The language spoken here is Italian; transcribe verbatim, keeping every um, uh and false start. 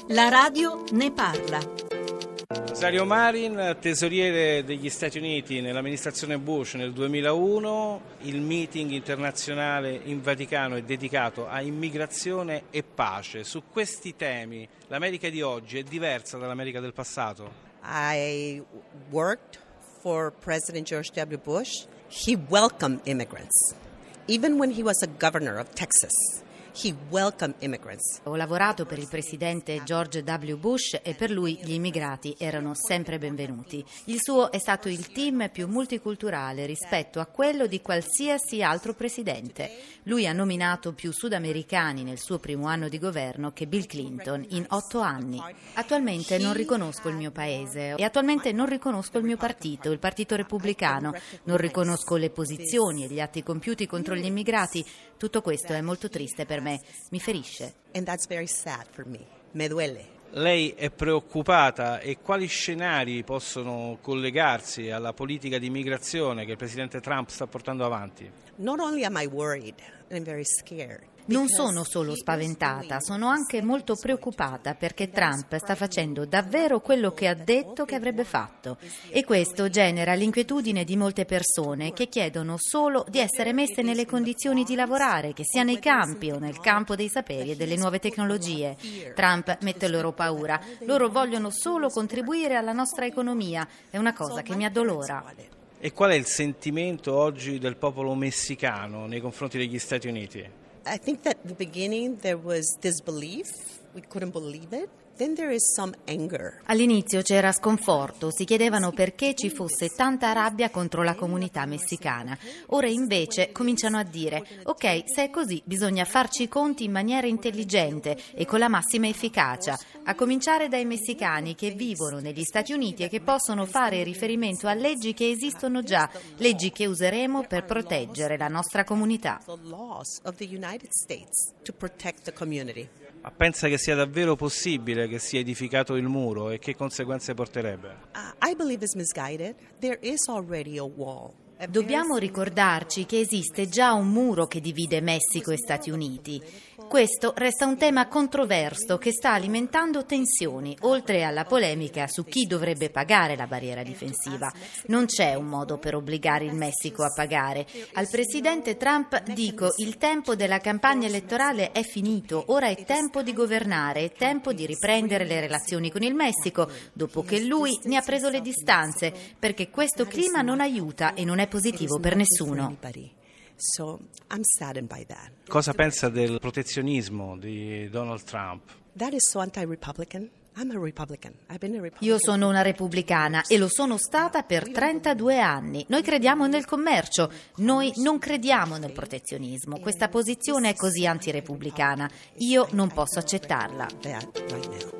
La radio ne parla. Rosario Marin, tesoriere degli Stati Uniti nell'amministrazione Bush nel duemilauno, il meeting internazionale in Vaticano è dedicato a immigrazione e pace. Su questi temi l'America di oggi è diversa dall'America del passato? I worked for President George W. Bush. He welcomed immigrants. Even when he was a governor of Texas. He welcomed immigrants. Ho lavorato per il presidente George W. Bush e per lui gli immigrati erano sempre benvenuti. Il suo è stato il team più multiculturale rispetto a quello di qualsiasi altro presidente. Lui ha nominato più sudamericani nel suo primo anno di governo che Bill Clinton in otto anni. Attualmente non riconosco il mio paese e attualmente non riconosco il mio partito, il Partito Repubblicano. Non riconosco le posizioni e gli atti compiuti contro gli immigrati. Tutto questo è molto triste per me, mi ferisce. And that's very sad for me. Me duele. Lei è preoccupata e quali scenari possono collegarsi alla politica di immigrazione che il presidente Trump sta portando avanti? Not only am I worried, I'm very scared. Non sono solo spaventata, sono anche molto preoccupata perché Trump sta facendo davvero quello che ha detto che avrebbe fatto e questo genera l'inquietudine di molte persone che chiedono solo di essere messe nelle condizioni di lavorare, che sia nei campi o nel campo dei saperi e delle nuove tecnologie. Trump mette loro paura, loro vogliono solo contribuire alla nostra economia, è una cosa che mi addolora. E qual è il sentimento oggi del popolo messicano nei confronti degli Stati Uniti? I think that at the beginning there was disbelief. We couldn't believe it. Then there is some anger. All'inizio c'era sconforto, si chiedevano perché ci fosse tanta rabbia contro la comunità messicana. Ora invece cominciano a dire, ok, se è così bisogna farci i conti in maniera intelligente e con la massima efficacia, a cominciare dai messicani che vivono negli Stati Uniti e che possono fare riferimento a leggi che esistono già, leggi che useremo per proteggere la nostra comunità. The laws of the United States to protect the community. Ma pensa che sia davvero possibile che sia edificato il muro e che conseguenze porterebbe? Uh, I believe it's misguided. There is already a wall. Dobbiamo ricordarci che esiste già un muro che divide Messico e Stati Uniti. Questo resta un tema controverso che sta alimentando tensioni, oltre alla polemica su chi dovrebbe pagare la barriera difensiva. Non c'è un modo per obbligare il Messico a pagare. Al presidente Trump dico: il tempo della campagna elettorale è finito, ora è tempo di governare, è tempo di riprendere le relazioni con il Messico, dopo che lui ne ha preso le distanze, perché questo clima non aiuta e non è positivo per nessuno. So I'm saddened by that. Cosa pensa del protezionismo di Donald Trump? That is so anti-Republican. I'm a Republican. I've been a Republican. Io sono una repubblicana e lo sono stata per trentadue anni. Noi crediamo nel commercio, noi non crediamo nel protezionismo. Questa posizione è così antirepubblicana. Io non posso accettarla. That right now.